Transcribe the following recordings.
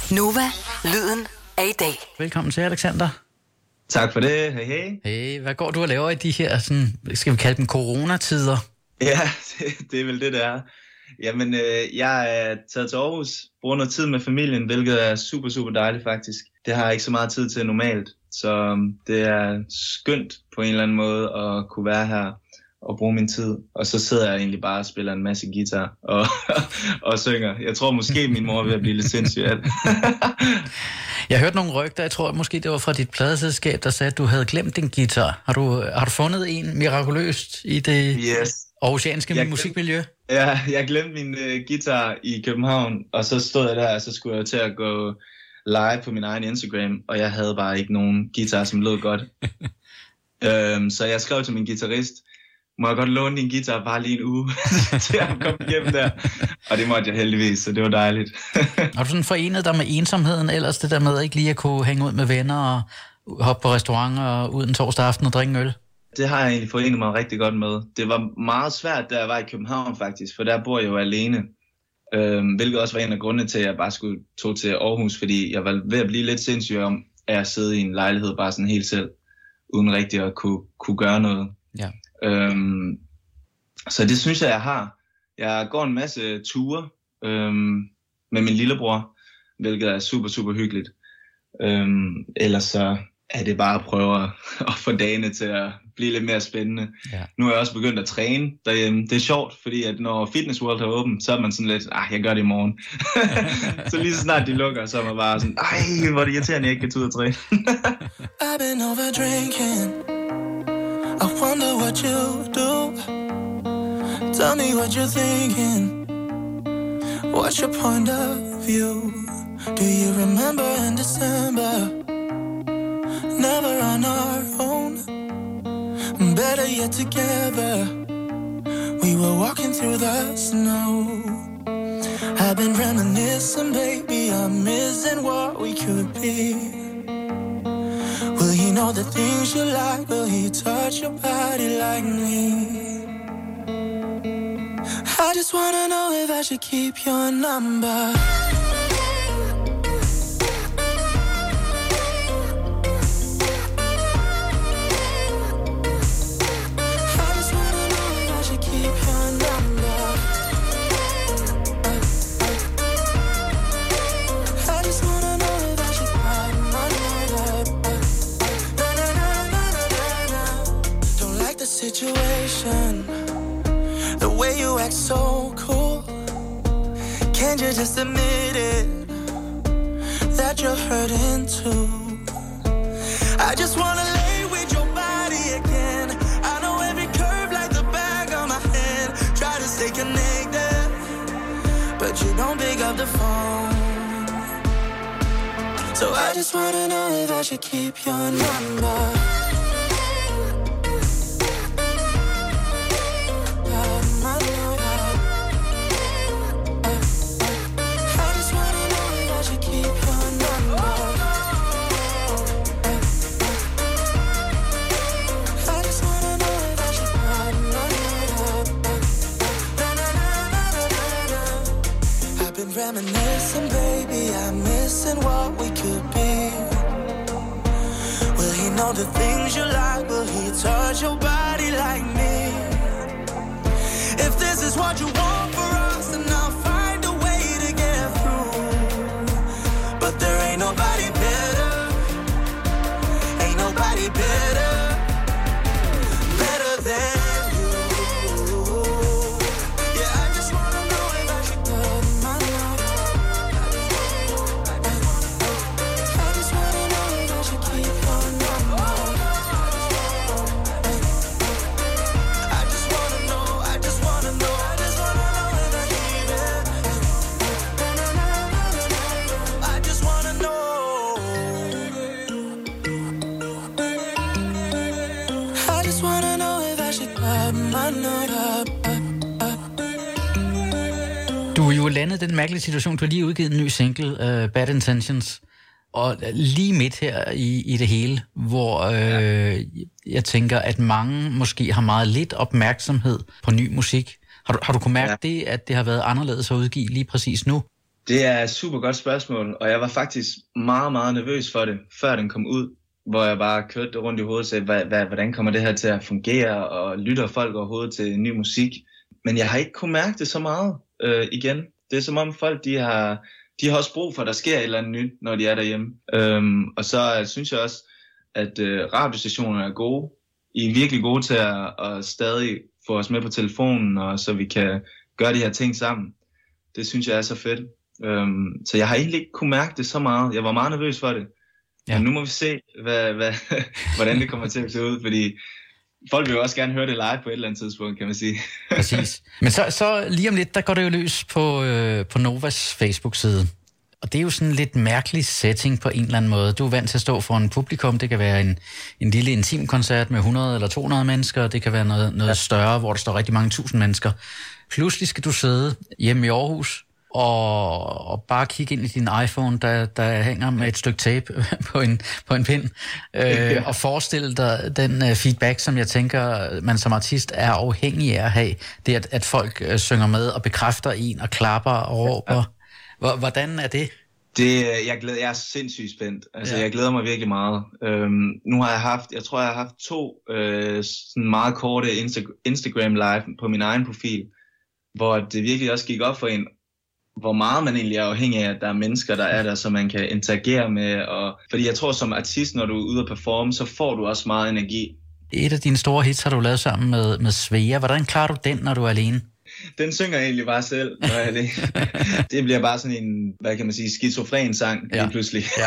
Nova, lyden af i dag. Velkommen til, Alexander. Tak for det. Hej, hej. Hey, hvad går du og laver i de her, sådan, skal vi kalde dem coronatider? Ja, det er vel det er. Jamen, jeg er taget til Aarhus, bruger noget tid med familien, hvilket er super, super dejligt faktisk. Det har jeg ikke så meget tid til normalt, så det er skønt på en eller anden måde at kunne være her og bruge min tid. Og så sidder jeg egentlig bare og spiller en masse guitar og synger. Jeg tror måske, min mor er ved at blive lidt sindssyg af det. Jeg hørte nogle rygter, jeg tror måske det var fra dit pladeselskab, der sagde, at du havde glemt din guitar. Har du fundet en mirakuløst i det aarhusianske musikmiljø? Ja, jeg glemte min guitar i København, og så stod jeg der, og så skulle jeg til at gå live på min egen Instagram, og jeg havde bare ikke nogen guitar, som lød godt. Så jeg skrev til min guitarist, må jeg godt låne din guitar bare lige en uge, til at komme igennem der. Og det måtte jeg heldigvis, så det var dejligt. Har du sådan forenet dig med ensomheden ellers, det der med ikke lige at kunne hænge ud med venner og hoppe på restauranter og ud en torsdag aften og drikke en øl? Det har jeg egentlig forenet mig rigtig godt med. Det var meget svært, da jeg var i København faktisk, for der bor jeg jo alene. Hvilket også var en af grundene til, at jeg bare skulle tog til Aarhus, fordi jeg var ved at blive lidt sindssyg om, at jeg sidder i en lejlighed bare sådan helt selv, uden rigtig at kunne gøre noget. Ja. Så det synes jeg har. Jeg går en masse ture med min lillebror, hvilket er super, super hyggeligt. Ellers så er det bare at prøve at få dagene til at blive lidt mere spændende. Ja. Nu er jeg også begyndt at træne derhjemme. Det er sjovt, fordi at når Fitness World har åbent, så er man sådan lidt, jeg gør det i morgen. Så lige så snart de lukker, så er man bare sådan, hvor er det irriterende, jeg ikke kan tage ud og træne. I've been over drinking. I wonder what you do. Tell me what you're thinking. What's your point of view? Do you remember in December? Never on our own. Better yet together. We were walking through the snow. I've been reminiscing, baby. I'm missing what we could be. Will he know the things you like? Will he touch your body like me? I just wanna know if I should keep your number. Situation, the way you act so cool. Can't you just admit it, that you're hurting too? I just wanna lay with your body again. I know every curve like the back of my hand. Try to stay connected, but you don't pick up the phone. So I just wanna know if I should keep your number. Reminiscing, baby, I'm missing what we could be. Will he know the things you like? Will he touch your body like me? If this is what you want for us, then I'll find a way to get through. But there ain't nobody better. Ain't nobody better. Better than Du er jo landet den mærkelige situation, du har lige udgivet en ny single, Bad Intentions, og lige midt her i det hele, hvor jeg tænker, at mange måske har meget lidt opmærksomhed på ny musik. Har du kunnet mærke det, at det har været anderledes at udgive lige præcis nu? Det er et super godt spørgsmål, og jeg var faktisk meget, meget nervøs for det, før den kom ud, hvor jeg bare kørte rundt i hovedet og sagde, hvordan kommer det her til at fungere, og lytter folk overhovedet til ny musik. Men jeg har ikke kunnet mærke det så meget igen. Det er som om folk, de har også brug for, at der sker et eller andet nyt, når de er derhjemme. Og så synes jeg også, at radiostationerne er gode. I er virkelig gode til at stadig få os med på telefonen, og så vi kan gøre de her ting sammen. Det synes jeg er så fedt. Så jeg har egentlig ikke kunne mærke det så meget. Jeg var meget nervøs for det. Ja. Men nu må vi se, hvordan det kommer til at se ud, fordi folk vil jo også gerne høre det live på et eller andet tidspunkt, kan man sige. Præcis. Men så lige om lidt, der går det jo løs på Novas Facebook-side. Og det er jo sådan en lidt mærkelig setting på en eller anden måde. Du er vant til at stå foran publikum. Det kan være en lille intim koncert med 100 eller 200 mennesker. Det kan være noget større, hvor der står rigtig mange tusind mennesker. Pludselig skal du sidde hjemme i Aarhus og bare kigge ind i din iPhone, der hænger med et stykke tape på en pind, og forestille dig den feedback, som jeg tænker, man som artist er afhængig af at have. Det at folk synger med og bekræfter en og klapper og råber. Hvordan er det? Jeg er sindssygt spændt. Altså, jeg glæder mig virkelig meget. Nu har jeg har haft 2 sådan meget korte Instagram live på min egen profil, hvor det virkelig også gik op for en, hvor meget man egentlig er afhængig af, at der er mennesker, der er der, som man kan interagere med. Fordi jeg tror, som artist, når du er ude at performe, så får du også meget energi. Et af dine store hits har du lavet sammen med Svea. Hvordan klarer du den, når du er alene? Den synger jeg egentlig bare selv, når jeg er alene. Det bliver bare sådan en, hvad kan man sige, skizofren sang lige pludselig. Ja.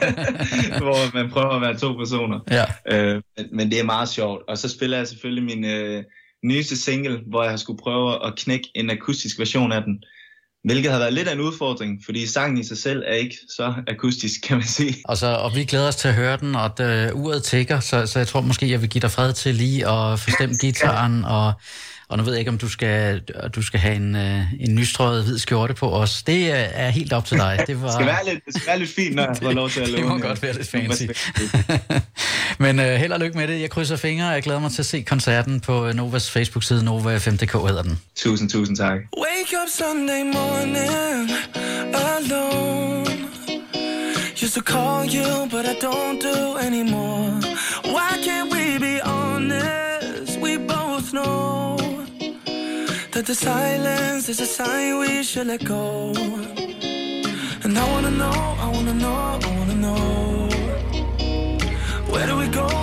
Hvor man prøver at være 2 personer. Ja. Men det er meget sjovt. Og så spiller jeg selvfølgelig min nyeste single, hvor jeg har skulle prøve at knække en akustisk version af den. Hvilket har været lidt af en udfordring, fordi sangen i sig selv er ikke så akustisk, kan man sige. Og vi glæder os til at høre den, og uret tikker, så jeg tror måske, jeg vil give dig fred til lige at forstemme gitaren, og nu ved jeg ikke, om du skal have en nystrøget hvid skjorte på os. Det er helt op til dig. Det skal være lidt fint, når jeg får lov til at låne. Det må godt være lidt fancy. Men held og lykke med det. Jeg krydser fingre, og jeg glæder mig til at se koncerten på Novas Facebook-side, Nova5.dk hedder den. Tusind tak. Wake up Sunday morning alone. Used to call you, but I don't do anymore. Why can't we be honest? We both know that the silence is a sign we should let go. And I wanna know. Where do we go?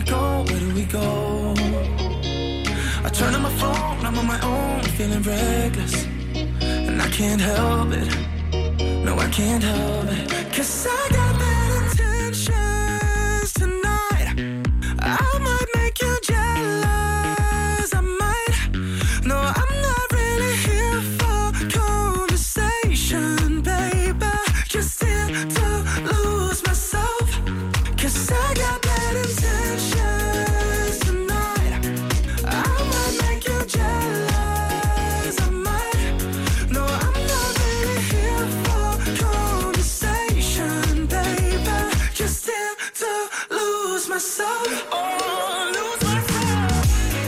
I turn on my phone, I'm on my own, feeling reckless. And I can't help it, no I can't help it. 'Cause I got bad intentions tonight. I might make you jealous, I might. No, I'm not really here for conversation, baby. Just here to lose myself. 'Cause I got bad intentions tonight. I might make you jealous, I might. No, I'm not really here for conversation, baby. Just here to lose myself. Oh, lose myself.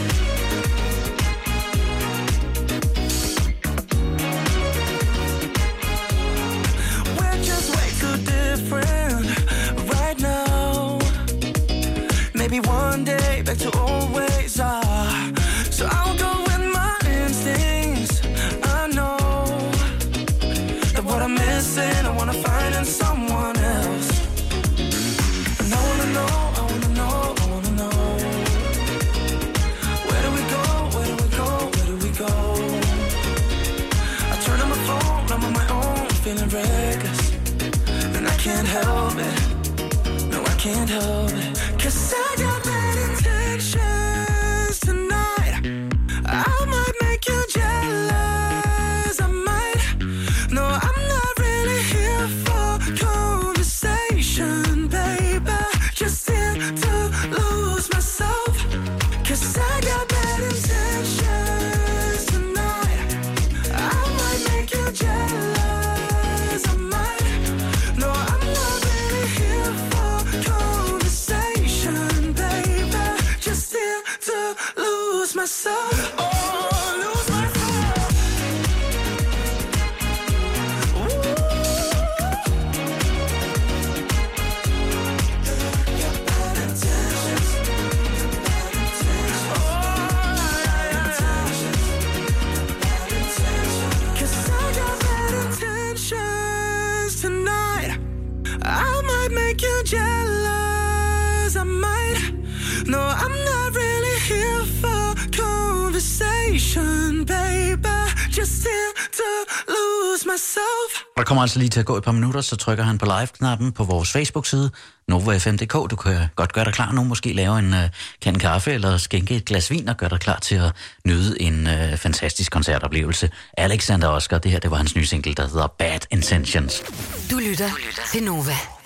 We're just way too different right now. Maybe one day back to old ways are. So I'll go with my instincts. I know that what I'm missing, I wanna find in someone else. And I wanna know. Where do we go? I turn on my phone, I'm on my own, feeling reckless. And I can't help it, no I can't help it. 'Cause I got bad intentions tonight. I might make you jealous, I might. No, I'm not really here for conversation, baby. Just here to lose myself. 'Cause I got bad intentions tonight. I might make you jealous, I might. No, I'm not really here for conversation, baby. Der kommer altså lige til at gå et par minutter, så trykker han på live-knappen på vores Facebook-side, NovaFM.dk. Du kan godt gøre dig klar nu, måske lave en kan kaffe eller skænke et glas vin og gøre dig klar til at nyde en fantastisk koncertoplevelse. Alexander Oscar, det her, det var hans nye single, der hedder Bad Intentions. Du lytter til Nova.